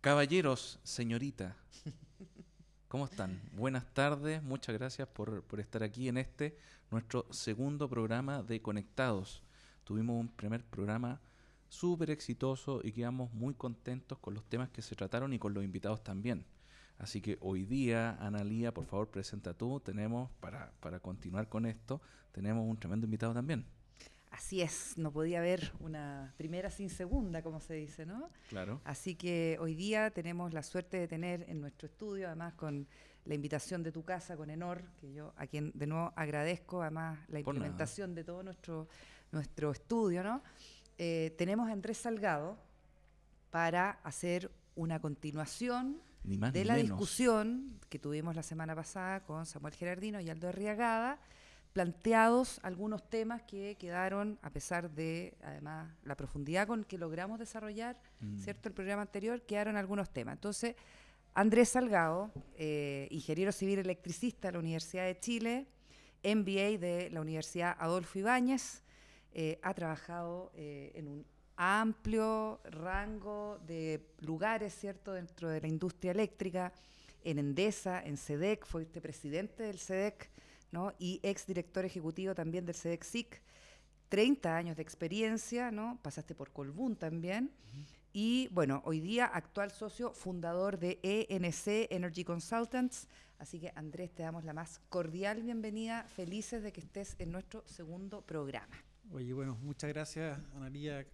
Caballeros, señorita, ¿cómo están? Buenas tardes, muchas gracias por estar aquí en nuestro segundo programa de Conectados. Tuvimos un primer programa súper exitoso y quedamos muy contentos con los temas que se trataron y con los invitados también. Así que hoy día, Analía, por favor, presenta tú. Tenemos, para continuar con esto, tenemos un tremendo invitado también. Así es, no podía haber una primera sin segunda, como se dice, ¿no? Claro. Así que hoy día tenemos la suerte de tener en nuestro estudio, además con la invitación de tu casa, con Enor, que yo a quien de nuevo agradezco, además la Por nada. implementación de todo nuestro estudio, ¿no? Tenemos a Andrés Salgado para hacer una continuación Ni más de ni la menos. discusión que tuvimos la semana pasada con Samuel Gerardino y Aldo Arriagada, planteados algunos temas que quedaron, a pesar de, además, la profundidad con que logramos desarrollar, ¿cierto?, el programa anterior, quedaron algunos temas. Entonces, Andrés Salgado, ingeniero civil electricista de la Universidad de Chile, MBA de la Universidad Adolfo Ibáñez, ha trabajado en un amplio rango de lugares, ¿cierto?, dentro de la industria eléctrica, en Endesa, en SEDEC, fuiste presidente del SEDEC, ¿no? Y exdirector ejecutivo también del SEDEC-SIC, 30 años de experiencia, ¿no? Pasaste por Colbún también. Y bueno, hoy día actual socio fundador de ENC Energy Consultants. Así que Andrés, te damos la más cordial bienvenida, felices de que estés en nuestro segundo programa. Oye, bueno, muchas gracias, Analía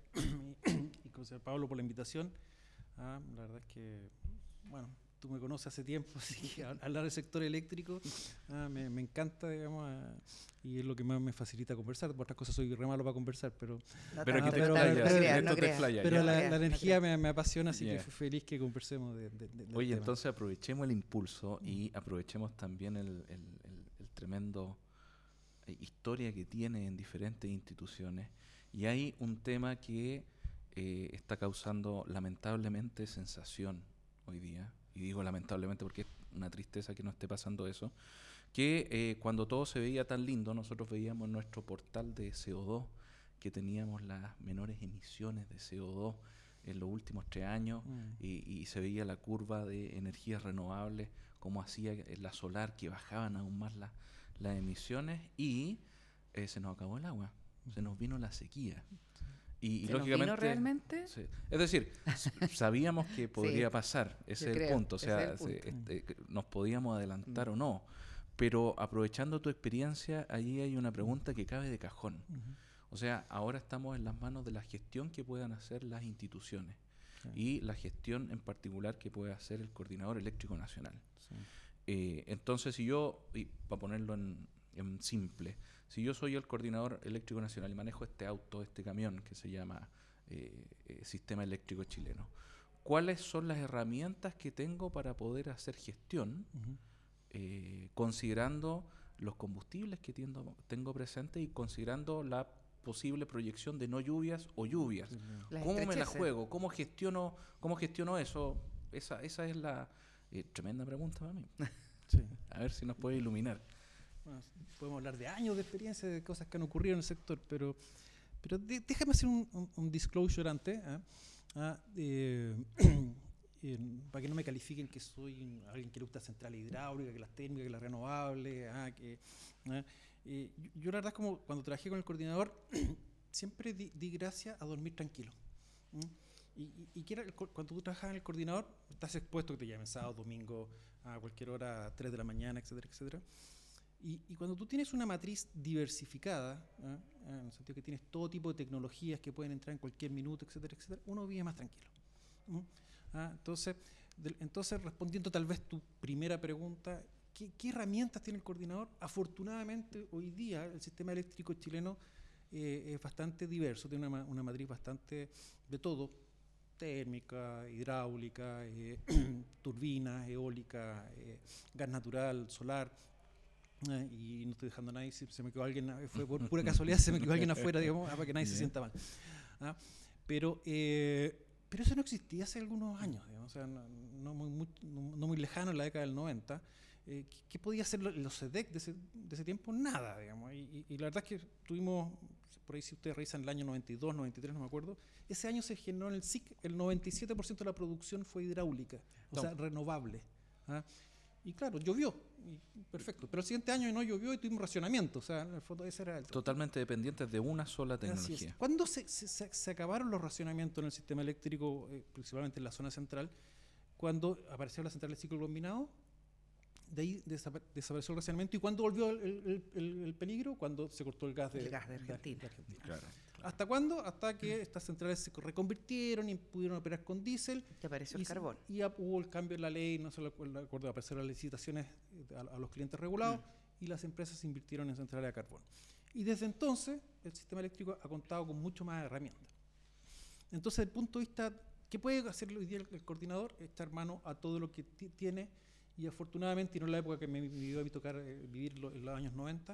y José Pablo, por la invitación. La verdad es que, bueno, tú me conoces hace tiempo, así que hablar del sector eléctrico me encanta, digamos, y es lo que más me facilita conversar. Por otras cosas soy re malo para conversar, pero Aquí te explayas. Pero la energía me apasiona, así que feliz que conversemos del Oye, tema. entonces aprovechemos el impulso y aprovechemos también el tremendo historia que tiene en diferentes instituciones. Y hay un tema que está causando lamentablemente sensación hoy día, y digo lamentablemente porque es una tristeza que no esté pasando eso, que cuando todo se veía tan lindo, nosotros veíamos en nuestro portal de CO2 que teníamos las menores emisiones de CO2 en los últimos 3 años y se veía la curva de energías renovables, como hacía la solar, que bajaban aún más las emisiones, y se nos acabó el agua, se nos vino la sequía. Y ¿Se lógicamente, nos vino realmente? Sí. Es decir, sabíamos que podría pasar, ese es el punto, o sea, nos podíamos adelantar o no, pero aprovechando tu experiencia, allí hay una pregunta que cabe de cajón. O sea, ahora estamos en las manos de la gestión que puedan hacer las instituciones y la gestión en particular que puede hacer el Coordinador Eléctrico Nacional. Sí. Entonces, si yo, y para ponerlo en simple, si yo soy el Coordinador Eléctrico Nacional y manejo este auto, este camión que se llama Sistema Eléctrico Chileno, ¿cuáles son las herramientas que tengo para poder hacer gestión considerando los combustibles que tengo presentes y considerando la posible proyección de no lluvias o lluvias? ¿Cómo me la juego? ¿Cómo gestiono eso? Esa es la tremenda pregunta para mí. Sí. A ver si nos puede iluminar. Bueno, podemos hablar de años de experiencia, de cosas que han ocurrido en el sector, pero déjame hacer un disclosure antes, para que no me califiquen que soy alguien que le gusta centrales hidráulicas, que las técnicas, que las renovables, yo la verdad es como cuando trabajé con el coordinador siempre di gracias a dormir tranquilo. Y que cuando tú trabajas en el coordinador estás expuesto, que te llamen sábado, domingo, a cualquier hora, a 3 de la mañana, etcétera, etcétera. Y cuando tú tienes una matriz diversificada, en el sentido que tienes todo tipo de tecnologías que pueden entrar en cualquier minuto, etcétera, etcétera, uno vive más tranquilo. Entonces, respondiendo tal vez tu primera pregunta, ¿qué herramientas tiene el coordinador? Afortunadamente, hoy día el sistema eléctrico chileno es bastante diverso, tiene una matriz bastante de todo, térmica, hidráulica, turbinas, eólica, gas natural, solar. Y no estoy dejando a nadie, si se me quedó alguien, fue por pura casualidad, se me quedó alguien afuera, digamos, para que nadie se sienta mal. Pero eso no existía hace algunos años, digamos, o sea, no muy lejano, en la década del 90. ¿Qué podía hacer los SEDEC de ese tiempo? Nada, digamos. Y la verdad es que tuvimos por ahí si ustedes revisan el año 92, 93, no me acuerdo, ese año se generó en el SIC, el 97% de la producción fue hidráulica, o sea, renovable. ¿Ah? Y claro, llovió, y perfecto, pero el siguiente año no llovió y tuvimos racionamiento, o sea, en el fondo ese era el... Totalmente dependientes de una sola tecnología. ¿Cuándo se acabaron los racionamientos en el sistema eléctrico, principalmente en la zona central? Cuando apareció la central de ciclo combinado, de ahí desapareció el racionamiento. ¿Y cuándo volvió el peligro? Cuando se cortó el gas de Argentina. Claro. ¿Hasta cuándo? Hasta que estas centrales se reconvirtieron y pudieron operar con diésel. Que apareció el carbón. Y ya hubo el cambio en la ley, no se acuerdo, aparecieron las licitaciones a los clientes regulados y las empresas se invirtieron en centrales a carbón. Y desde entonces el sistema eléctrico ha contado con mucho más herramientas. Entonces, desde el punto de vista, ¿qué puede hacer hoy día el coordinador? Echar mano a todo lo que tiene. Y afortunadamente, y no en la época que me iba a tocar vivirlo en los años 90,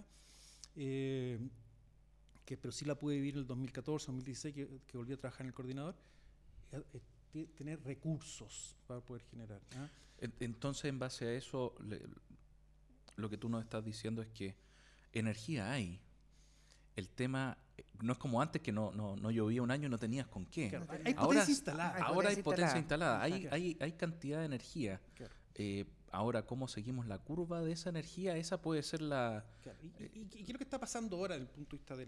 pero sí la pude vivir en el 2014, 2016, que volví a trabajar en el coordinador, tener recursos para poder generar. ¿Ah? Entonces, en base a eso, lo que tú nos estás diciendo es que energía hay. El tema no es como antes, que no llovía un año y no tenías con qué. Claro, hay potencia instalada. Ahora hay potencia instalada, hay cantidad de energía. Claro. Ahora, ¿cómo seguimos la curva de esa energía? Esa puede ser la... Claro. ¿Y qué es lo que está pasando ahora desde el punto de vista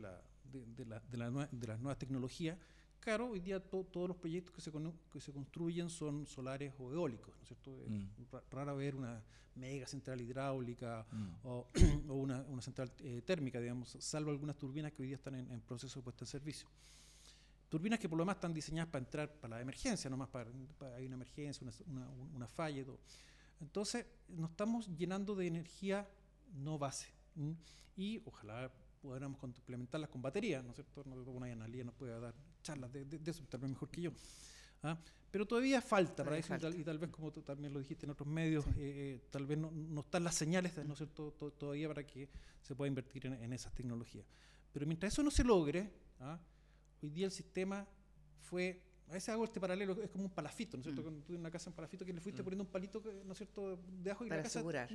de las nuevas tecnologías? Claro, hoy día todos los proyectos que se construyen son solares o eólicos, ¿no es cierto? Rara ver una mega central hidráulica o una central térmica, digamos, salvo algunas turbinas que hoy día están en proceso de puesta en servicio. Turbinas que por lo demás están diseñadas para entrar para la emergencia, nomás para hay una emergencia, una falla y todo. Entonces, nos estamos llenando de energía no base. Y ojalá pudiéramos complementarlas con baterías, ¿no es cierto? Una analía nos puede dar charlas de eso, tal vez mejor que yo. ¿Ah? Pero todavía falta para eso, y tal vez, como tú también lo dijiste en otros medios, tal vez no están las señales, ¿no es cierto?, todavía para que se pueda invertir en esas tecnologías. Pero mientras eso no se logre, hoy día el sistema fue... A veces hago este paralelo, es como un palafito, ¿no es cierto? Cuando tú en una casa en palafito que le fuiste poniendo un palito, ¿no es cierto?, de ajo y para la casa asegurar.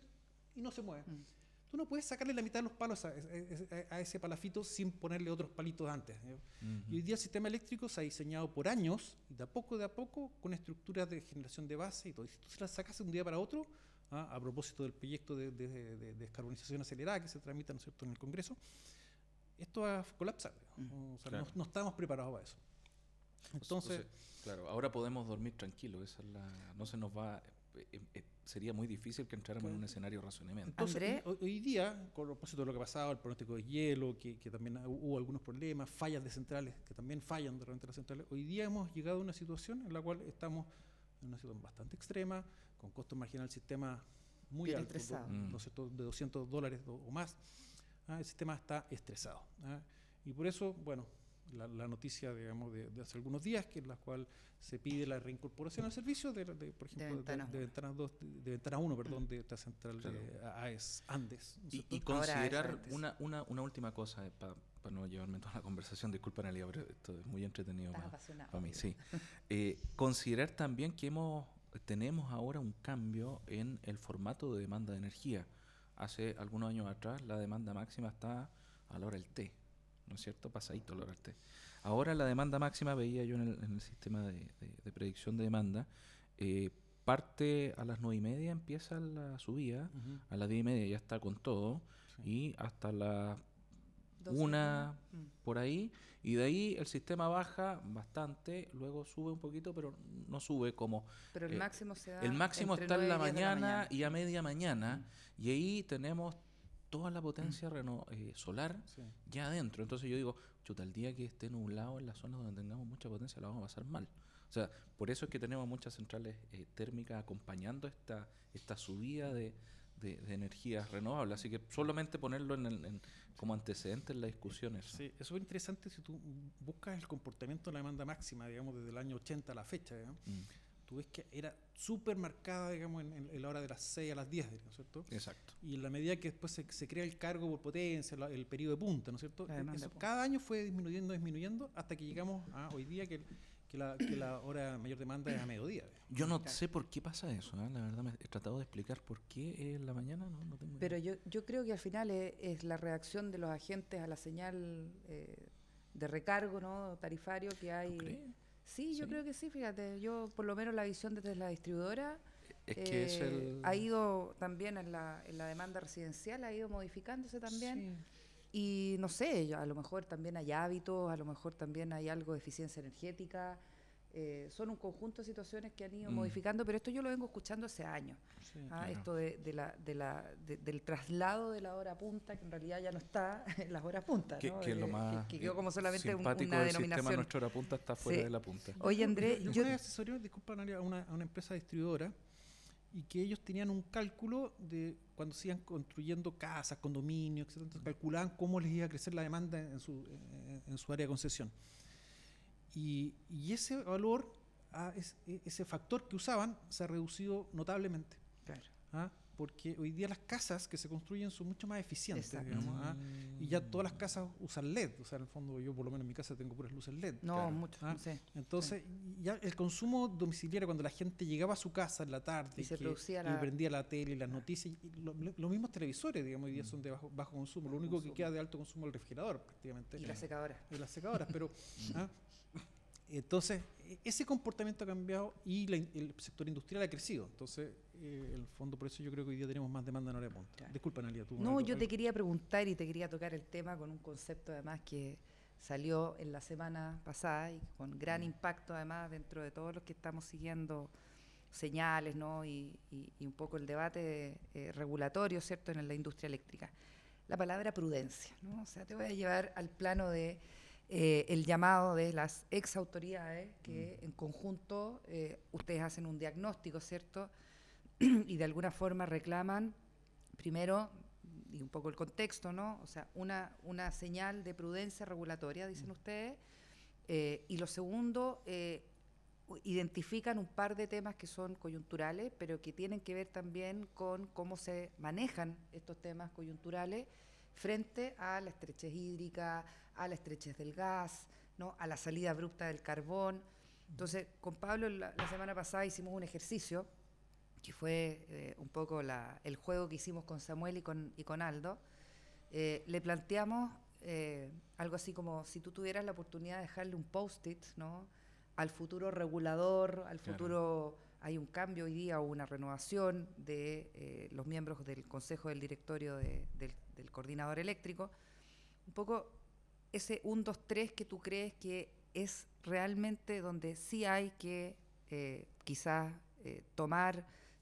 y no se mueve. Tú no puedes sacarle la mitad de los palos a ese palafito sin ponerle otros palitos antes. Y hoy día el sistema eléctrico se ha diseñado por años, y de a poco, con estructuras de generación de base y todo. Y si tú se las sacas de un día para otro, a propósito del proyecto de descarbonización acelerada que se tramita, ¿no es cierto?, en el Congreso, esto va a colapsar. O sea, claro. no estamos preparados para eso. Entonces, claro, ahora podemos dormir tranquilos. No se nos va... sería muy difícil que entráramos en un escenario de racionamiento. Entonces, hoy día, con propósito de lo que ha pasado, el pronóstico de hielo, que también hubo algunos problemas, fallas de centrales, que también fallan durante las centrales, hoy día hemos llegado a una situación en la cual estamos en una situación bastante extrema, con costo marginal del sistema muy alto, de $200 o más. El sistema está estresado. Y por eso, bueno, la noticia, digamos, de hace algunos días, que en la cual se pide la reincorporación al servicio por ejemplo, de Ventana 1, perdón, de esta central de AES Andes. Y considerar una última cosa, para no llevarme toda la conversación, disculpa, Analia, pero esto es muy entretenido para mí. Sí. Considerar también que tenemos ahora un cambio en el formato de demanda de energía. Hace algunos años atrás la demanda máxima está a la hora del té, ¿no es cierto? Pasadito a la hora del té. Ahora la demanda máxima, veía yo en el sistema de predicción de demanda, parte a las 9:30, empieza la subida, a las 10:30 ya está con todo, y hasta las 1 por ahí, y de ahí el sistema baja bastante, luego sube un poquito, pero no sube como... Pero el máximo se da... El máximo está en la mañana y a media mañana, y ahí tenemos toda la potencia solar ya adentro. Entonces yo digo, chuta, el día que esté nublado en las zonas donde tengamos mucha potencia la vamos a pasar mal. O sea, por eso es que tenemos muchas centrales térmicas acompañando esta subida de energías renovables. Así que solamente ponerlo como antecedente en las discusiones. Sí, eso es interesante si tú buscas el comportamiento de la demanda máxima, digamos, desde el año 80 a la fecha, tú ves que era súper marcada, digamos, en la hora de las 6 a las 10, ¿no es cierto? Exacto. Y en la medida que después se crea el cargo por potencia, el periodo de punta, ¿no es cierto? Eso, cada año fue disminuyendo, hasta que llegamos a hoy día que que la hora de mayor demanda es a mediodía. Yo no Claro. sé por qué pasa eso, ¿eh? La verdad he tratado de explicar por qué en la mañana no tengo Pero idea. yo creo que al final es la reacción de los agentes a la señal de recargo, ¿no? Tarifario que hay. ¿Tú crees? Sí, yo Sí. creo que sí, fíjate. Yo, por lo menos, la visión desde la distribuidora Es que es el... ha ido también en la demanda residencial, ha ido modificándose también. Y no sé, a lo mejor también hay hábitos, a lo mejor también hay algo de eficiencia energética. Son un conjunto de situaciones que han ido modificando, pero esto yo lo vengo escuchando hace años. Sí. Claro. Esto del traslado de la hora punta, que en realidad ya no está en las horas puntas, ¿no? Que es lo más que quedó como solamente simpático una del sistema. denominación. Nuestra hora punta está fuera Sí. de la punta. Oye, Andrés, yo yo... una vez asesoré, disculpa, Analia, a una empresa distribuidora, y que ellos tenían un cálculo de cuando se iban construyendo casas, condominios, etcétera, entonces calculaban cómo les iba a crecer la demanda en su área de concesión. Y ese valor, ese factor que usaban, se ha reducido notablemente. Claro. ¿Ah? Porque hoy día las casas que se construyen son mucho más eficientes, Exacto. digamos, ¿ah? Y ya todas las casas usan LED, o sea, en el fondo yo por lo menos en mi casa tengo puras luces LED. No, Claro. mucho, ¿Ah? no sé. Entonces, ya el consumo domiciliario, cuando la gente llegaba a su casa en la tarde Y se que- producía y la- prendía la tele y las noticias, y los mismos televisores, digamos, hoy día son de bajo consumo. Lo único que queda de alto consumo es el refrigerador, prácticamente. Y la secadora. Y las secadoras, pero... ¿ah? Entonces, ese comportamiento ha cambiado y el sector industrial ha crecido. Entonces, el fondo, por eso yo creo que hoy día tenemos más demanda en hora de punta. Claro. Disculpa, Analia, tú. No, yo te algo- quería preguntar y te quería tocar el tema con un concepto además que salió en la semana pasada y con gran impacto además dentro de todos los que estamos siguiendo señales, ¿no? y un poco el debate regulatorio, ¿cierto?, en la industria eléctrica. La palabra prudencia, ¿no? O sea, te voy a llevar al plano de el llamado de las ex autoridades que en conjunto ustedes hacen un diagnóstico, ¿cierto? Y de alguna forma reclaman, primero, y un poco el contexto, ¿no? O sea, una señal de prudencia regulatoria, dicen ustedes, y lo segundo, identifican un par de temas que son coyunturales, pero que tienen que ver también con cómo se manejan estos temas coyunturales frente a la estrechez hídrica, a la estrechez del gas, ¿no?, a la salida abrupta del carbón. Entonces, con Pablo la semana pasada hicimos un ejercicio que fue un poco el juego que hicimos con Samuel y con Aldo. Le planteamos algo así como si tú tuvieras la oportunidad de dejarle un post-it, ¿no?, al futuro regulador, al futuro... Hay un cambio hoy día o una renovación de los miembros del Consejo del Directorio del Coordinador Eléctrico. Un poco ese 1, 2, 3 que tú crees que es realmente donde sí hay que quizás tomar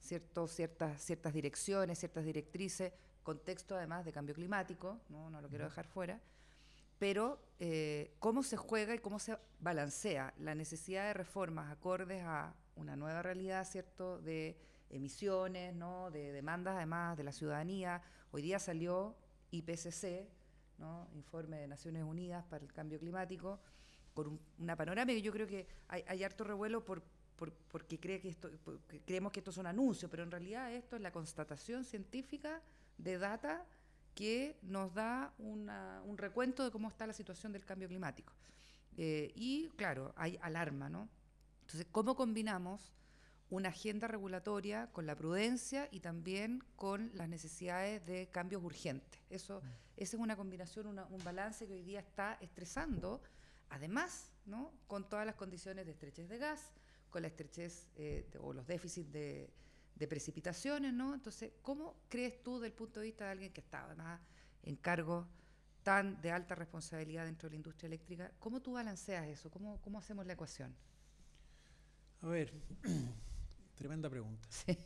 ciertas direcciones, ciertas directrices, contexto además de cambio climático, no lo quiero dejar fuera, pero cómo se juega y cómo se balancea la necesidad de reformas acordes a una nueva realidad, ¿cierto?, de emisiones, ¿no?, de demandas además de la ciudadanía. Hoy día salió IPCC, ¿no?, Informe de Naciones Unidas para el Cambio Climático, con una panorámica que yo creo que hay harto revuelo porque porque creemos que estos son anuncios, pero en realidad esto es la constatación científica de data que nos da un recuento de cómo está la situación del cambio climático. Y claro, hay alarma, ¿no? Entonces, ¿cómo combinamos una agenda regulatoria con la prudencia y también con las necesidades de cambios urgentes? Esa es una combinación, un balance que hoy día está estresando, además, ¿no?, con todas las condiciones de estrechez de gas, con la estrechez o los déficits de precipitaciones, ¿no? Entonces, ¿cómo crees tú, del punto de vista de alguien que está además en cargos tan de alta responsabilidad dentro de la industria eléctrica, cómo tú balanceas eso? ¿Cómo hacemos la ecuación? A ver, tremenda pregunta. Sí.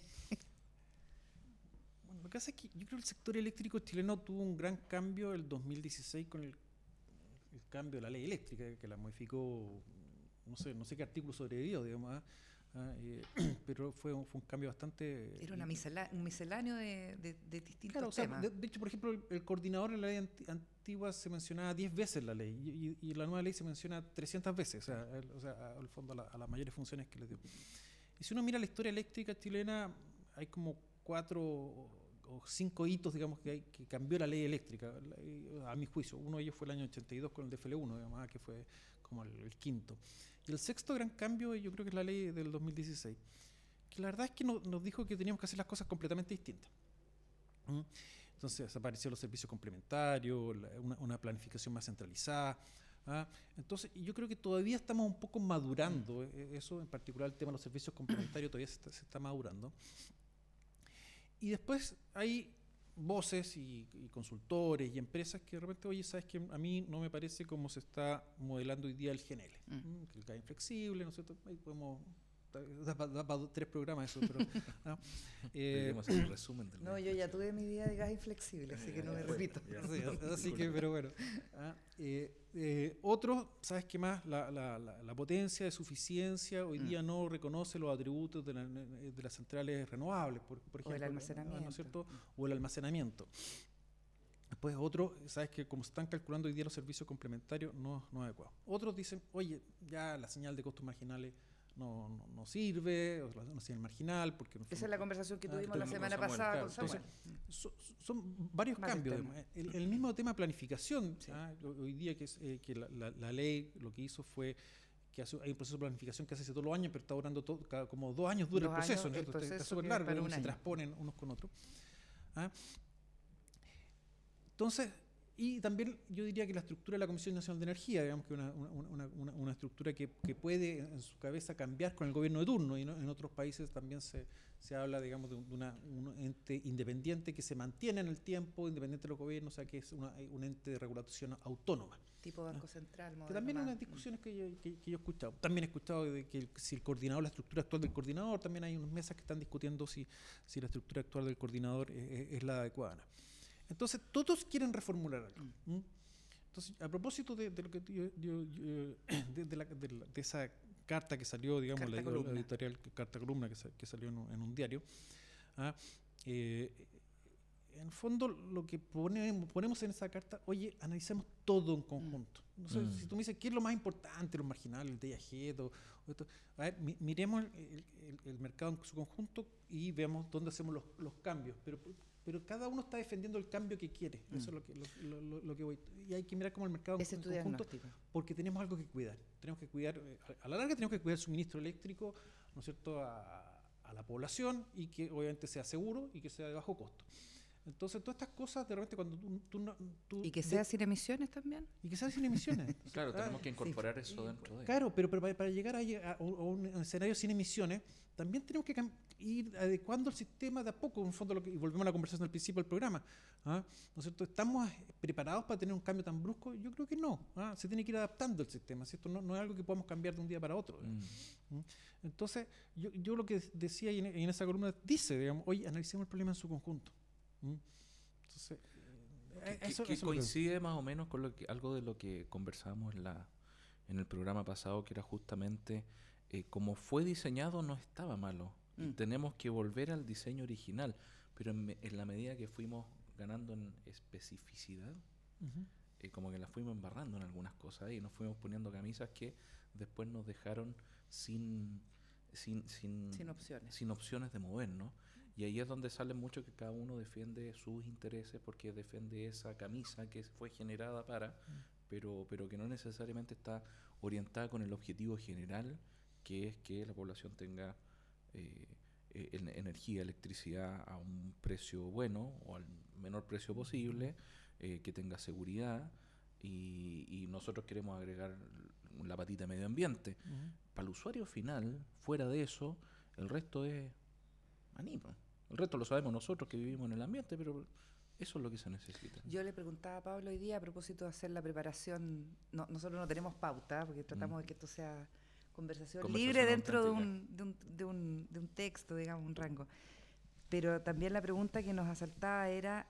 Bueno, lo que pasa es que yo creo que el sector eléctrico chileno tuvo un gran cambio el 2016 con el cambio de la ley eléctrica, que la modificó, no sé qué artículo sobrevivió, digamos, pero fue un cambio bastante... Era un misceláneo de distintos Claro, o sea, temas. de hecho, por ejemplo, el coordinador en la ley antigua se mencionaba 10 veces la ley y la nueva ley se menciona 300 veces, o sea, al fondo a las mayores funciones que le dio. Y si uno mira la historia eléctrica chilena, hay como 4 o 5 hitos, digamos, que cambió la ley eléctrica, a mi juicio. Uno de ellos fue el año 82 con el DFL1, digamos, que fue como el quinto. Y el sexto gran cambio, yo creo que es la ley del 2016, que la verdad es que nos dijo que teníamos que hacer las cosas completamente distintas. Entonces aparecieron los servicios complementarios, una planificación más centralizada. Entonces yo creo que todavía estamos un poco madurando eso, en particular el tema de los servicios complementarios todavía se está madurando. Y después hay voces y consultores y empresas que de repente, oye, sabes que a mí no me parece como se está modelando hoy día el GNL, que el gas inflexible, ¿no es cierto? Ahí podemos... Da para 3 programas eso, pero... Deberíamos hacer un resumen del No, yo ya tuve mi día de gas inflexible, así que no me repito. Sí, así que, pero bueno. Otro, ¿sabes qué más? La potencia de suficiencia hoy día no reconoce los atributos de las centrales renovables, por ejemplo. O el almacenamiento. ¿No es cierto? O el almacenamiento. Después otro, sabes que como se están calculando hoy día los servicios complementarios, no es adecuado. Otros dicen, oye, ya la señal de costos marginales no sirve, o no sirve marginal. Porque esa es la conversación que tuvimos la semana Samuel, pasada claro, con Samuel. Entonces, son varios cambios. El mismo tema de planificación, sí. Hoy día que la ley lo que hizo fue que hay un proceso de planificación que se hace todos los años, pero está durando como 2 años dura el proceso, está súper largo, se transponen unos con otros. Entonces, y también yo diría que la estructura de la Comisión Nacional de Energía, digamos que una estructura que puede en su cabeza cambiar con el gobierno de turno, y en otros países también se habla, digamos, de un ente independiente que se mantiene en el tiempo, independiente de los gobiernos, o sea que es un ente de regulación autónoma. Tipo Banco Central. Que también hay unas discusiones que yo he escuchado. También he escuchado de que si el coordinador, la estructura actual del coordinador, también hay unas mesas que están discutiendo si la estructura actual del coordinador es la adecuada. Entonces, todos quieren reformular algo. Entonces, a propósito de lo que de esa carta que salió, digamos, la editorial Carta Columna que salió en un diario, en el fondo lo que ponemos en esa carta, oye, analicemos todo en conjunto. No sé, si tú me dices, ¿qué es lo más importante, los marginales, el DIAG, o esto? A ver, miremos el mercado en su conjunto y veamos dónde hacemos los cambios. Pero cada uno está defendiendo el cambio que quiere. Eso es lo que voy. Y hay que mirar como el mercado en conjunto, porque tenemos algo que cuidar. Tenemos que cuidar, a la larga tenemos que cuidar el suministro eléctrico, ¿no es cierto?, a la población, y que obviamente sea seguro y que sea de bajo costo. Entonces, todas estas cosas, de repente, cuando tú ¿Y que sea sin emisiones también? Y que sea sin emisiones. Claro, tenemos que incorporar eso dentro de... Claro, pero para llegar a un escenario sin emisiones, también tenemos que ir adecuando el sistema de a poco, en el fondo, y volvemos a la conversación del principio del programa. ¿No es cierto? ¿Estamos preparados para tener un cambio tan brusco? Yo creo que no. Se tiene que ir adaptando el sistema, ¿cierto? No es algo que podamos cambiar de un día para otro. Entonces, yo lo que decía y en esa columna dice, digamos, oye, analicemos el problema en su conjunto. Entonces, que coincide más o menos con algo de lo que conversábamos en el programa pasado, que era justamente como fue diseñado no estaba malo. Y tenemos que volver al diseño original, pero en la medida que fuimos ganando en especificidad, como que la fuimos embarrando en algunas cosas y nos fuimos poniendo camisas que después nos dejaron sin opciones de movernos. Y ahí es donde sale mucho que cada uno defiende sus intereses porque defiende esa camisa que fue generada pero que no necesariamente está orientada con el objetivo general, que es que la población tenga energía, electricidad a un precio bueno o al menor precio posible, que tenga seguridad, y nosotros queremos agregar la patita de medio ambiente. Para el usuario final, fuera de eso, el resto es animo. El resto lo sabemos nosotros que vivimos en el ambiente, pero eso es lo que se necesita. Yo le preguntaba a Pablo hoy día a propósito de hacer la preparación. Nosotros no tenemos pauta, porque tratamos de que esto sea conversación libre dentro de un texto, digamos, un rango. Pero también la pregunta que nos asaltaba era,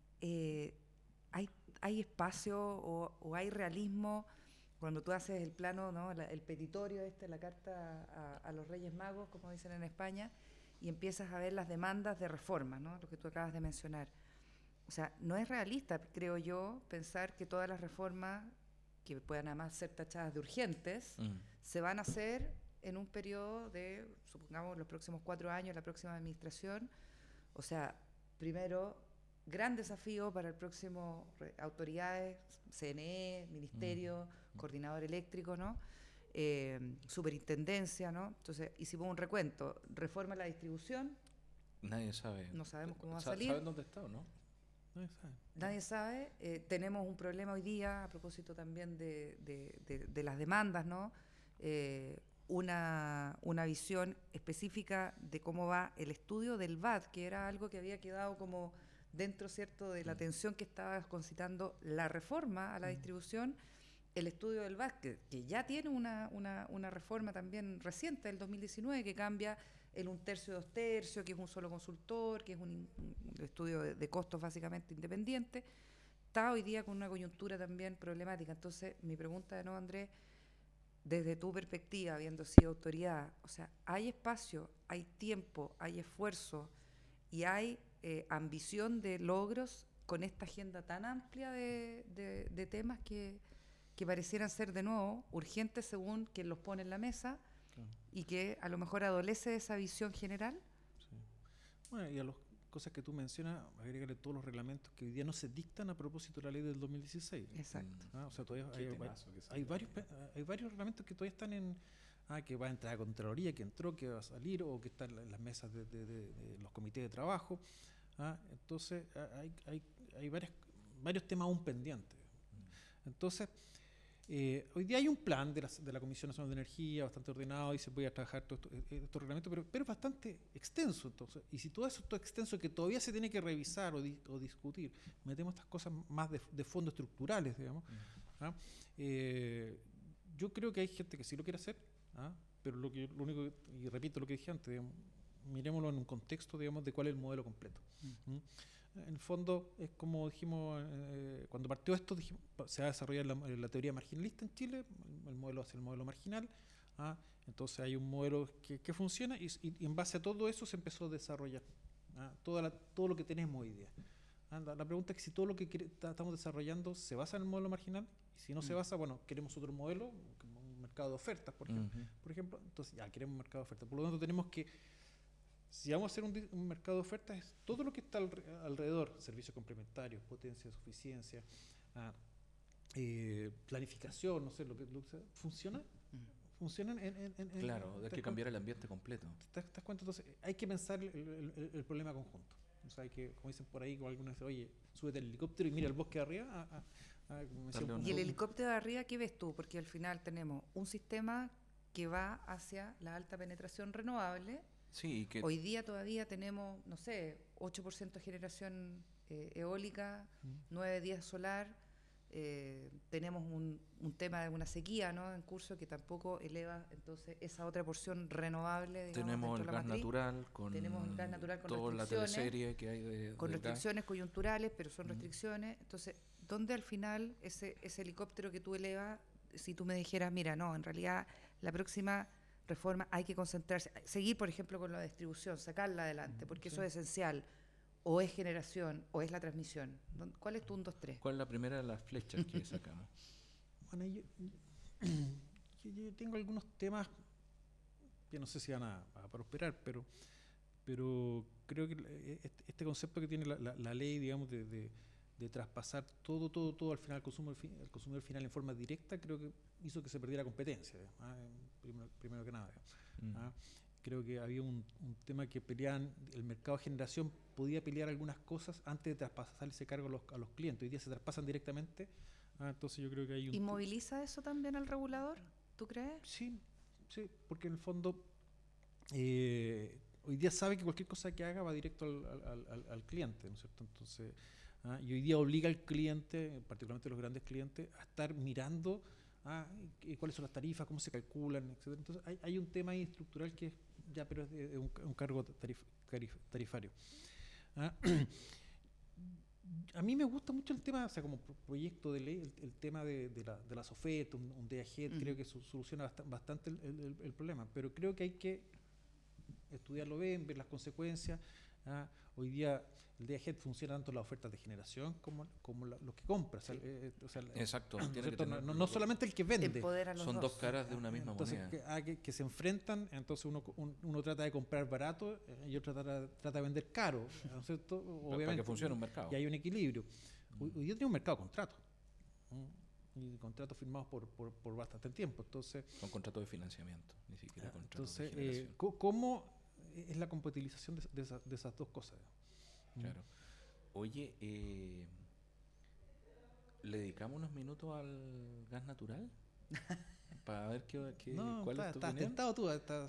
¿hay espacio o hay realismo cuando tú haces el plano, ¿no? El petitorio la carta a los Reyes Magos, como dicen en España, y empiezas a ver las demandas de reforma, ¿no? Lo que tú acabas de mencionar. O sea, no es realista, creo yo, pensar que todas las reformas que puedan además ser tachadas de urgentes se van a hacer en un periodo de, supongamos, los próximos 4 años, la próxima administración. O sea, primero, gran desafío para el próximo autoridades, CNE, Ministerio, Coordinador Eléctrico, ¿no? Superintendencia, ¿no? Entonces hicimos un recuento, reforma a la distribución, Nadie sabe. no sabemos cómo va a salir. ¿Saben dónde está o no? Nadie sabe. Nadie sabe. Tenemos un problema hoy día, a propósito también de las demandas, ¿no? Una visión específica de cómo va el estudio del VAT, que era algo que había quedado como dentro, ¿cierto?, de la atención que estaba concitando la reforma a la distribución. El estudio del VAT, que ya tiene una reforma también reciente del 2019, que cambia el 1/3 y 2/3, que es un solo consultor, que es un estudio de costos básicamente independiente, está hoy día con una coyuntura también problemática. Entonces, mi pregunta de nuevo, Andrés, desde tu perspectiva, habiendo sido autoridad, o sea, ¿hay espacio, hay tiempo, hay esfuerzo y hay ambición de logros con esta agenda tan amplia de temas que parecieran ser de nuevo urgentes según quien los pone en la mesa? Claro. Y que a lo mejor adolece de esa visión general? Sí. Bueno, y a las cosas que tú mencionas, agregarle todos los reglamentos que hoy día no se dictan a propósito de la ley del 2016. Exacto. O sea, todavía Qué temazo que hay salió. varios reglamentos que todavía están en... que va a entrar a Contraloría, que entró, que va a salir, o que están en las mesas de los comités de trabajo. Entonces, hay varios temas aún pendientes. Entonces, hoy día hay un plan de la Comisión Nacional de Energía bastante ordenado y se puede trabajar todos estos reglamentos, pero es bastante extenso. Entonces, y si todo eso es todo extenso que todavía se tiene que revisar o discutir, metemos estas cosas más de fondo estructurales, digamos. Yo creo que hay gente que sí lo quiere hacer, pero lo único, y repito lo que dije antes, digamos, miremoslo en un contexto, digamos, de cuál es el modelo completo. En el fondo, es como dijimos, cuando partió esto, dijimos, se va a desarrollar la teoría marginalista en Chile, el modelo es el modelo marginal, entonces hay un modelo que funciona y en base a todo eso se empezó a desarrollar todo lo que tenemos hoy día. La pregunta es si todo lo que estamos desarrollando se basa en el modelo marginal, y si no se basa, bueno, queremos otro modelo, como un mercado de ofertas, por ejemplo, entonces ya queremos un mercado de ofertas. Por lo tanto, tenemos que, si vamos a hacer un mercado de ofertas, es todo lo que está alrededor, servicios complementarios, potencia, suficiencia, planificación, no sé, lo que funcionan Claro, hay que cambiar el ambiente completo. ¿Te das cuenta? Entonces, hay que pensar el problema conjunto. O sea, hay que, como dicen por ahí, como algunos dicen, oye, súbete al helicóptero y mira el bosque de arriba. ¿Y el helicóptero de arriba qué ves tú? Porque al final tenemos un sistema que va hacia la alta penetración renovable. Sí, que Hoy día todavía tenemos, no sé, 8% de generación eólica, 9-10 solar. Tenemos un tema de una sequía, ¿no?, en curso, que tampoco eleva entonces esa otra porción renovable. Digamos, tenemos el dentro de la gas matriz. natural con Tenemos el gas natural con toda la restricciones, teleserie que hay con del gas. restricciones coyunturales, pero son restricciones. Entonces, ¿dónde al final ese helicóptero que tú elevas, si tú me dijeras, mira, no, en realidad la próxima reforma hay que concentrarse, seguir, por ejemplo, con la distribución, sacarla adelante, porque eso es esencial, o es generación, o es la transmisión? ¿Cuál es tu 1, 2, 3? ¿Cuál es la primera de las flechas que sacamos? Bueno, yo tengo algunos temas que no sé si van a prosperar, pero creo que este concepto que tiene la ley, digamos, de traspasar todo al final al consumidor final en forma directa, creo que hizo que se perdiera competencia, primero que nada. Creo que había un tema que peleaban, el mercado de generación podía pelear algunas cosas antes de traspasar ese cargo a los clientes. Hoy día se traspasan directamente, entonces yo creo que hay un... ¿Y moviliza eso también al regulador? ¿Tú crees? Sí, porque en el fondo hoy día sabe que cualquier cosa que haga va directo al cliente, ¿no es cierto? Entonces, y hoy día obliga al cliente, particularmente los grandes clientes, a estar mirando cuáles son las tarifas, cómo se calculan, etcétera. Entonces hay un tema ahí estructural que ya, pero es un cargo tarifario. A mí me gusta mucho el tema, o sea, como proyecto de ley, el tema de las ofertas, un DAG, creo que soluciona bastante el problema, pero creo que hay que estudiarlo bien, ver las consecuencias, Hoy día el Day Ahead funciona tanto en las ofertas de generación como lo que compra. Sí. O sea, Exacto. ¿no es Tiene que cierto? tener No solamente el que vende. Empodera a los Son dos caras de una misma Entonces, moneda. que se enfrentan, entonces uno trata de comprar barato y otro trata de vender caro, ¿no es cierto? Obviamente, para que funcione un mercado. Y hay un equilibrio. Hoy día tiene un mercado de contratos. Y contratos firmados por bastante tiempo. Entonces, Son contratos de financiamiento, ni siquiera contratos entonces de generación. ¿cómo es la compatibilización de esas dos cosas? Claro. Oye, ¿le dedicamos unos minutos al gas natural? Para ver cuál es tu estás opinión. tentado tú.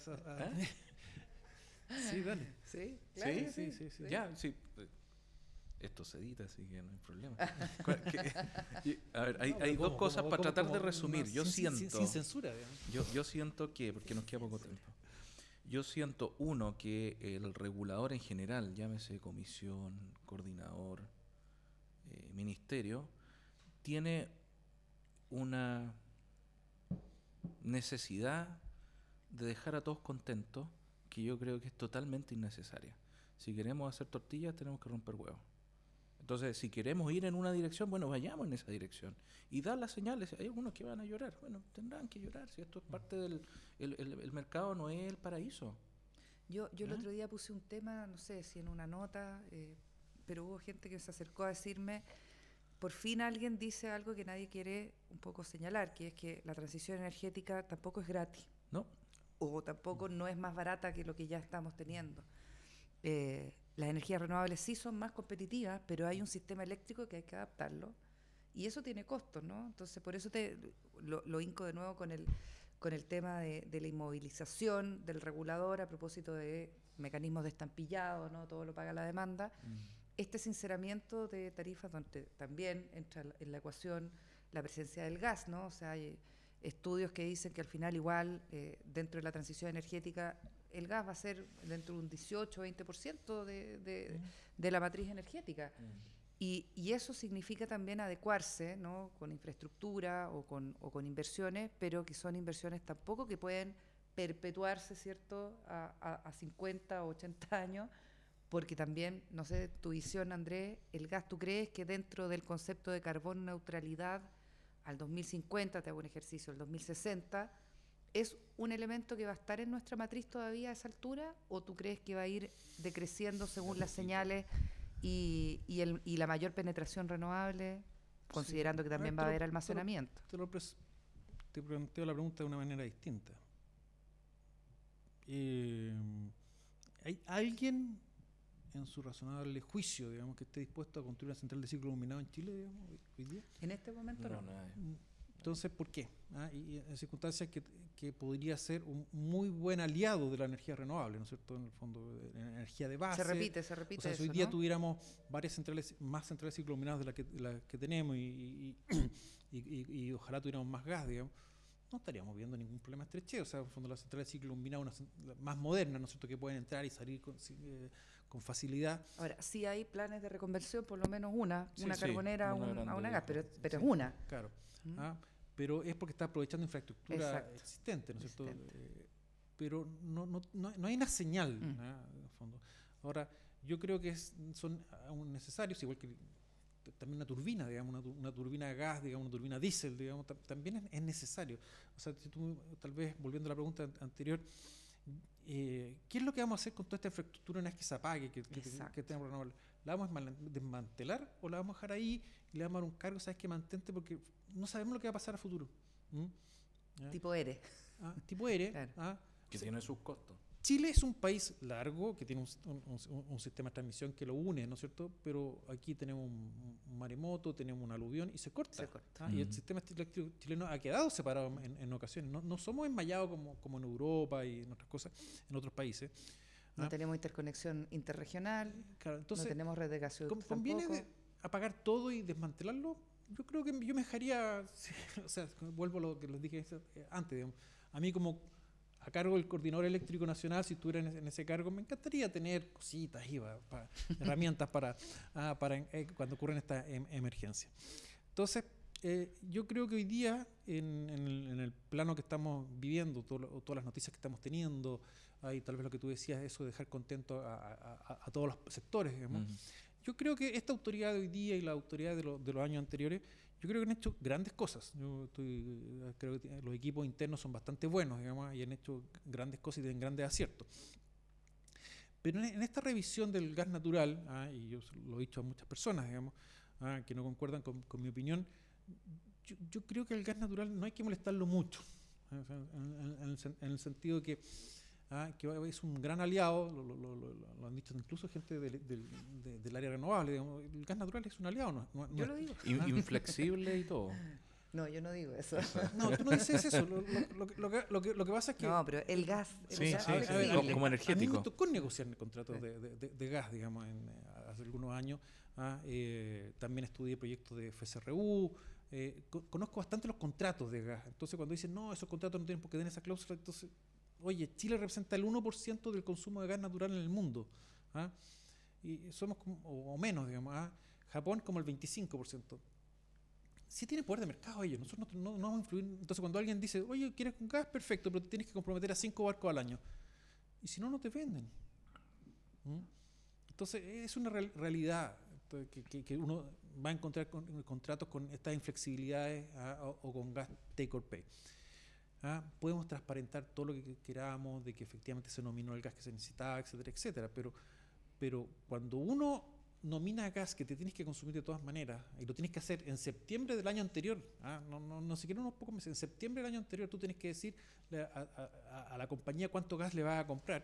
Sí, dale. Sí, claro que Sí. Ya, sí. Esto se edita, así que no hay problema. A ver, hay dos cosas para tratar de resumir. Yo siento... Sin censura, digamos. Yo siento que, porque nos queda poco tiempo, yo siento, uno, que el regulador en general, llámese comisión, coordinador, ministerio, tiene una necesidad de dejar a todos contentos que yo creo que es totalmente innecesaria. Si queremos hacer tortillas, tenemos que romper huevos. Entonces, si queremos ir en una dirección, bueno, vayamos en esa dirección. Y dar las señales. Hay algunos que van a llorar. Bueno, tendrán que llorar. Si esto es parte del... El mercado no es el paraíso. Yo el otro día puse un tema, no sé si en una nota, pero hubo gente que se acercó a decirme, por fin alguien dice algo que nadie quiere un poco señalar, que es que la transición energética tampoco es gratis. ¿No? O tampoco no es más barata que lo que ya estamos teniendo. Las energías renovables sí son más competitivas, pero hay un sistema eléctrico que hay que adaptarlo y eso tiene costos, ¿no? Entonces, por eso lo hinco de nuevo con el tema de la inmovilización del regulador a propósito de mecanismos de estampillado, ¿no? Todo lo paga la demanda. Este sinceramiento de tarifas donde también entra en la ecuación la presencia del gas, ¿no? O sea, hay estudios que dicen que al final igual dentro de la transición energética el gas va a ser dentro de un 18-20% de la matriz energética. Y eso significa también adecuarse, ¿no? Con infraestructura o con inversiones, pero que son inversiones tampoco que pueden perpetuarse, ¿cierto?, a 50 o 80 años, porque también, no sé, tu visión, Andrés, el gas, ¿tú crees que dentro del concepto de carbono neutralidad al 2050, te hago un ejercicio, al 2060, es un elemento que va a estar en nuestra matriz todavía a esa altura, o tú crees que va a ir decreciendo según las señales y la mayor penetración renovable, considerando que también va a haber almacenamiento? Te planteo la pregunta de una manera distinta. ¿Hay alguien en su razonable juicio, digamos, que esté dispuesto a construir una central de ciclo combinado en Chile, digamos, hoy día? En este momento no. Entonces, ¿por qué? Y en circunstancias que podría ser un muy buen aliado de la energía renovable, ¿no es cierto? En el fondo, energía de base. Se repite. O sea, si hoy día tuviéramos más centrales ciclo combinadas de las que tenemos y ojalá tuviéramos más gas, digamos, no estaríamos viendo ningún problema de estrechez. O sea, en el fondo, las centrales ciclo combinadas más modernas, ¿no es cierto?, que pueden entrar y salir con facilidad. Ahora, sí hay planes de reconversión, por lo menos una carbonera a una gas, pero es una. Claro. Pero es porque está aprovechando infraestructura existente, ¿no es cierto? Pero no hay una señal, en el fondo. Ahora, yo creo que son aún necesarios, igual que también una turbina, digamos, una turbina de gas, digamos, una turbina diésel, digamos, también es necesario. O sea, si tú, tal vez, volviendo a la pregunta anterior, ¿qué es lo que vamos a hacer con toda esta infraestructura una vez que se apague, que tenemos renovable? ¿La vamos a desmantelar o la vamos a dejar ahí y le vamos a dar un cargo, sabes que mantente, porque no sabemos lo que va a pasar a futuro? Tipo ERE. Tipo ERE. Claro. Que tiene sus costos. Chile es un país largo, que tiene un sistema de transmisión que lo une, ¿no es cierto? Pero aquí tenemos un maremoto, tenemos un aluvión y se corta. Y el sistema eléctrico chileno ha quedado separado en ocasiones. No somos enmayados como en Europa y en otras cosas, en otros países. No tenemos interconexión interregional, claro, entonces, no tenemos red de gasoducto ¿conviene tampoco? apagar todo y desmantelarlo? Yo creo que yo me dejaría, o sea, vuelvo a lo que les dije antes, digamos, a mí como a cargo del Coordinador Eléctrico Nacional, si estuviera en ese cargo, me encantaría tener cositas, herramientas para cuando ocurren estas emergencias. Entonces, Yo creo que hoy día, en el plano que estamos viviendo, todas las noticias que estamos teniendo, hay tal vez lo que tú decías, eso de dejar contento a todos los sectores, digamos. Yo creo que esta autoridad de hoy día y la autoridad de los años anteriores, yo creo que han hecho grandes cosas. Creo que los equipos internos son bastante buenos, digamos, y han hecho grandes cosas y tienen grandes aciertos. Pero en esta revisión del gas natural, y yo lo he dicho a muchas personas, digamos, que no concuerdan con mi opinión, yo creo que el gas natural no hay que molestarlo mucho, en el sentido que es un gran aliado, lo han dicho incluso gente del área renovable, digamos, el gas natural es un aliado. Yo lo digo. Inflexible y todo. No, yo no digo eso. No, tú no dices eso. Lo que pasa es que... No, pero el gas... Sí, gas como energético. A mí me tocó negociar contratos de gas, digamos, hace algunos años. También estudié proyectos de FSRU. Conozco bastante los contratos de gas. Entonces, cuando dicen, no, esos contratos no tienen por qué tener esa cláusula, entonces, oye, Chile representa el 1% del consumo de gas natural en el mundo. Y somos o menos, digamos. Japón como el 25%. Sí tiene poder de mercado ellos, nosotros no vamos a influir. Entonces cuando alguien dice, oye, ¿quieres un gas? Perfecto, pero te tienes que comprometer a 5 barcos al año. Y si no, no te venden. Entonces es una realidad que uno va a encontrar contratos con estas inflexibilidades o con gas take or pay. Podemos transparentar todo lo que queramos, de que efectivamente se nominó el gas que se necesitaba, etcétera, etcétera. Pero cuando uno nomina gas que te tienes que consumir de todas maneras y lo tienes que hacer en septiembre del año anterior, no siquiera unos pocos meses, en septiembre del año anterior tú tienes que decir a la compañía cuánto gas le vas a comprar.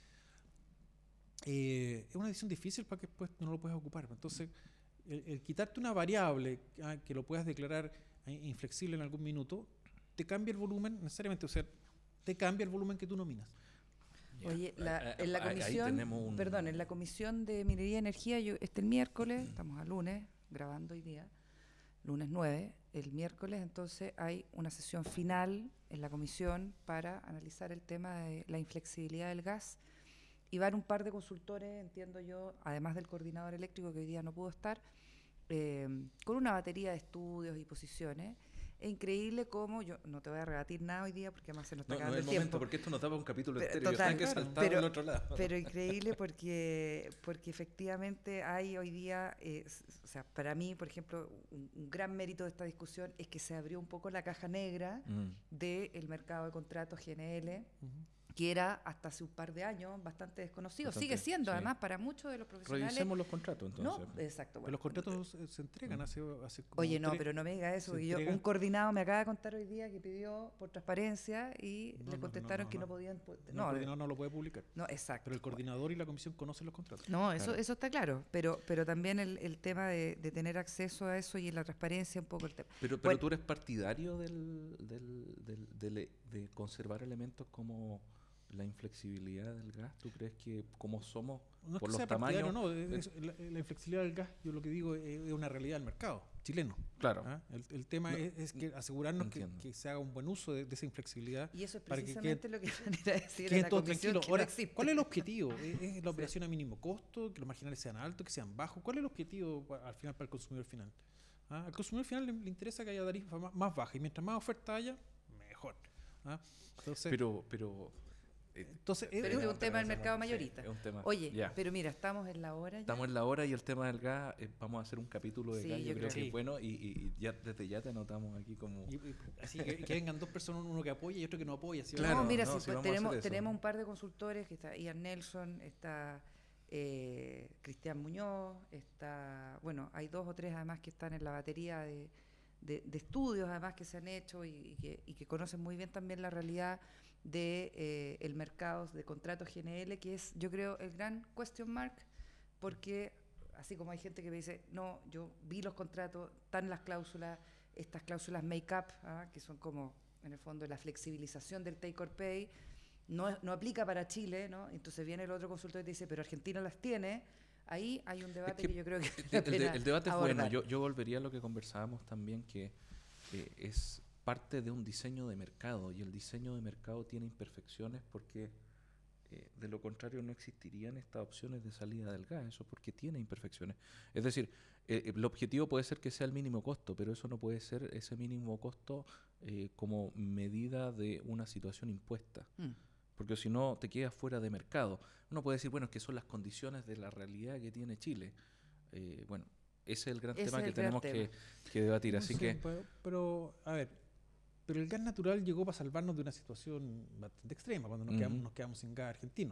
Es una decisión difícil para que después no lo puedas ocupar. Entonces, el quitarte una variable que lo puedas declarar inflexible en algún minuto, te cambia el volumen necesariamente, o sea, te cambia el volumen que tú nominas. Oye, en la comisión, en la comisión de Minería y Energía, el miércoles, estamos a lunes, grabando hoy día, lunes 9, el miércoles entonces hay una sesión final en la comisión para analizar el tema de la inflexibilidad del gas y van un par de consultores, entiendo yo, además del coordinador eléctrico que hoy día no pudo estar, con una batería de estudios y posiciones. Es increíble cómo, yo no te voy a rebatir nada hoy día porque además se nos está acabando el tiempo. Porque esto nos daba un capítulo pero, entero, total, yo que saltar al otro lado. Pero increíble porque efectivamente hay hoy día, o sea, para mí, por ejemplo, un gran mérito de esta discusión es que se abrió un poco la caja negra del mercado de contratos GNL, que era hasta hace un par de años bastante desconocido. Sigue siendo, además, para muchos de los profesionales. Revisemos los contratos, entonces. No, exacto. Bueno, pero los contratos se entregan hace como Oye, no, pero no me diga eso, porque un coordinado me acaba de contar hoy día que pidió por transparencia y le contestaron que no podían. El coordinador no lo puede publicar. No, exacto. Pero el coordinador y la comisión conocen los contratos. No, eso está claro, pero también el tema de tener acceso a eso y la transparencia un poco el tema. Pero tú eres partidario de conservar elementos como la inflexibilidad del gas. ¿Tú crees que como somos no por es que los sea tamaños? No, la inflexibilidad del gas, yo lo que digo es una realidad del mercado chileno. Claro. El tema es que asegurarnos que se haga un buen uso de esa inflexibilidad. Y eso es precisamente lo que van a decir en la comisión. Ahora, ¿cuál es el objetivo? ¿Es la operación a mínimo costo? ¿Que los marginales sean altos? ¿Que sean bajos? ¿Cuál es el objetivo al final para el consumidor final? Al consumidor final le interesa que haya tarifa más baja y mientras más oferta haya, mejor. Entonces, Entonces, pero es un tema del mercado mayorista. Sí, es un tema. Oye, pero mira, estamos en la hora ya. Estamos en la hora y el tema del gas, vamos a hacer un capítulo de gas, yo creo que es bueno y ya desde ya te anotamos aquí como... Así que vengan dos personas, uno que apoya y otro que no apoya. ¿Sí? Claro, no, mira, tenemos un par de consultores, que está Ian Nelson, está Cristian Muñoz, está, bueno, hay 2 o 3 además que están en la batería de estudios además que se han hecho y que conocen muy bien también la realidad de el mercado de contratos GNL, que es, yo creo, el gran question mark, porque así como hay gente que me dice, no, yo vi los contratos, están las cláusulas, estas cláusulas make-up, que son como, en el fondo, la flexibilización del take or pay, no aplica para Chile, ¿no? Entonces viene el otro consultor y te dice, pero Argentina las tiene. Ahí hay un debate que yo creo que el debate es bueno. Yo volvería a lo que conversábamos también, que es parte de un diseño de mercado, y el diseño de mercado tiene imperfecciones porque De lo contrario, no existirían estas opciones de salida del gas, eso porque tiene imperfecciones. Es decir, el objetivo puede ser que sea el mínimo costo, pero eso no puede ser ese mínimo costo como medida de una situación impuesta. Porque si no, te quedas fuera de mercado. Uno puede decir, bueno, es que son las condiciones de la realidad que tiene Chile. Bueno, ese es el gran tema que tenemos que debatir. No Así sé, que pero, a ver, pero el gas natural llegó para salvarnos de una situación bastante extrema, cuando nos quedamos sin gas argentino.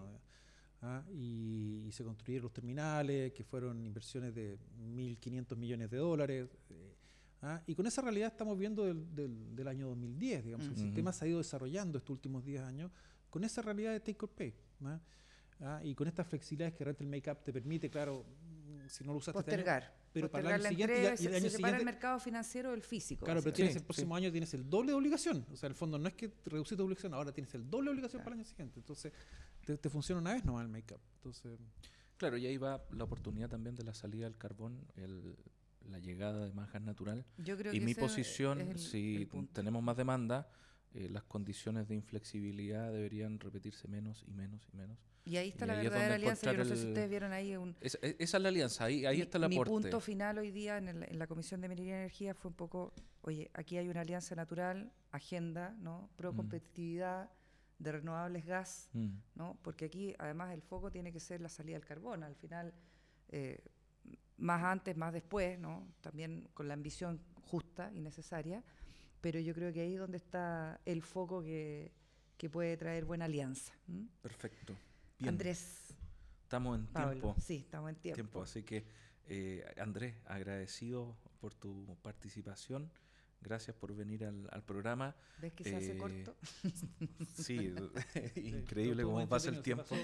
Y se construyeron los terminales, que fueron inversiones de 1.500 millones de dólares. Y con esa realidad estamos viendo del año 2010, digamos. El sistema se ha ido desarrollando estos últimos 10 años con esa realidad de take or pay. Y con estas flexibilidades que Rental Make Up te permite, claro, si no lo usaste postergar. este año, pero postergar para el año siguiente entrega, y el año se separa siguiente el mercado financiero del físico. claro, pero tienes Sí, el próximo año tienes el doble de obligación. O sea, en el fondo no es que reduciste tu obligación, ahora tienes el doble de obligación para el año siguiente. Entonces, te funciona una vez nomás el make-up. Entonces, claro, y ahí va la oportunidad también de la salida del carbón, la llegada de más gas natural. Yo creo Y que mi ese posición, es si el punto. tenemos más demanda, las condiciones de inflexibilidad deberían repetirse menos y menos y menos. Y ahí está Y la ahí es verdadera donde alianza. Yo no encontrar sé si ustedes vieron ahí esa es la alianza, ahí está el mi aporte. punto final hoy día en la Comisión de Minería y Energía fue un poco, oye, aquí hay una alianza natural, agenda, ¿no? Pro competitividad de renovables gas, ¿no? Porque aquí además el foco tiene que ser la salida del carbón, al final más antes, más después, ¿no? También con la ambición justa y necesaria, pero yo creo que ahí es donde está el foco que puede traer buena alianza. Perfecto. Bien. Andrés. Estamos en Pablo, tiempo. sí, estamos en tiempo. Así que, Andrés, agradecido por tu participación. Gracias por venir al programa. ¿Ves que se hace corto? Sí, increíble cómo pasa el tiempo.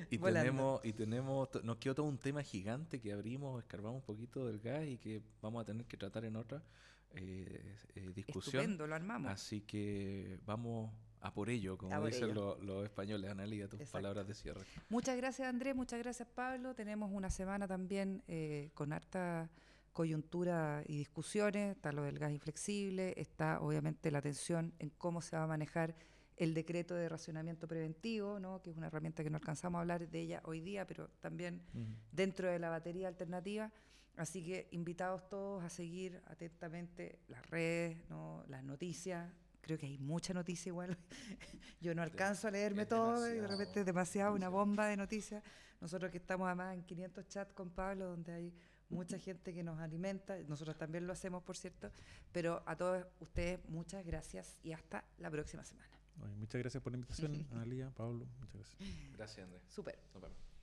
Nos quedó todo un tema gigante que abrimos, escarbamos un poquito del gas y que vamos a tener que tratar en otra discusión. Estupendo, lo armamos. Así que vamos a por ello, como dicen los españoles. Analía, tus palabras de cierre. Muchas gracias, Andrés, muchas gracias, Pablo. Tenemos una semana también con harta coyuntura y discusiones. Está lo del gas inflexible, está obviamente la atención en cómo se va a manejar el decreto de racionamiento preventivo, ¿no? Que es una herramienta que no alcanzamos a hablar de ella hoy día, pero también dentro de la batería alternativa. Así que invitados todos a seguir atentamente las redes, ¿no? Las noticias. Creo que hay mucha noticia igual. Yo no alcanzo a leerme todo y de repente es demasiado, una bomba de noticias. Nosotros que estamos además en 500 chats con Pablo, donde hay mucha gente que nos alimenta, nosotros también lo hacemos, por cierto, pero a todos ustedes muchas gracias y hasta la próxima semana. Muchas gracias por la invitación, Analía, Pablo, muchas gracias. Gracias, Andrés. Súper. Nos vemos.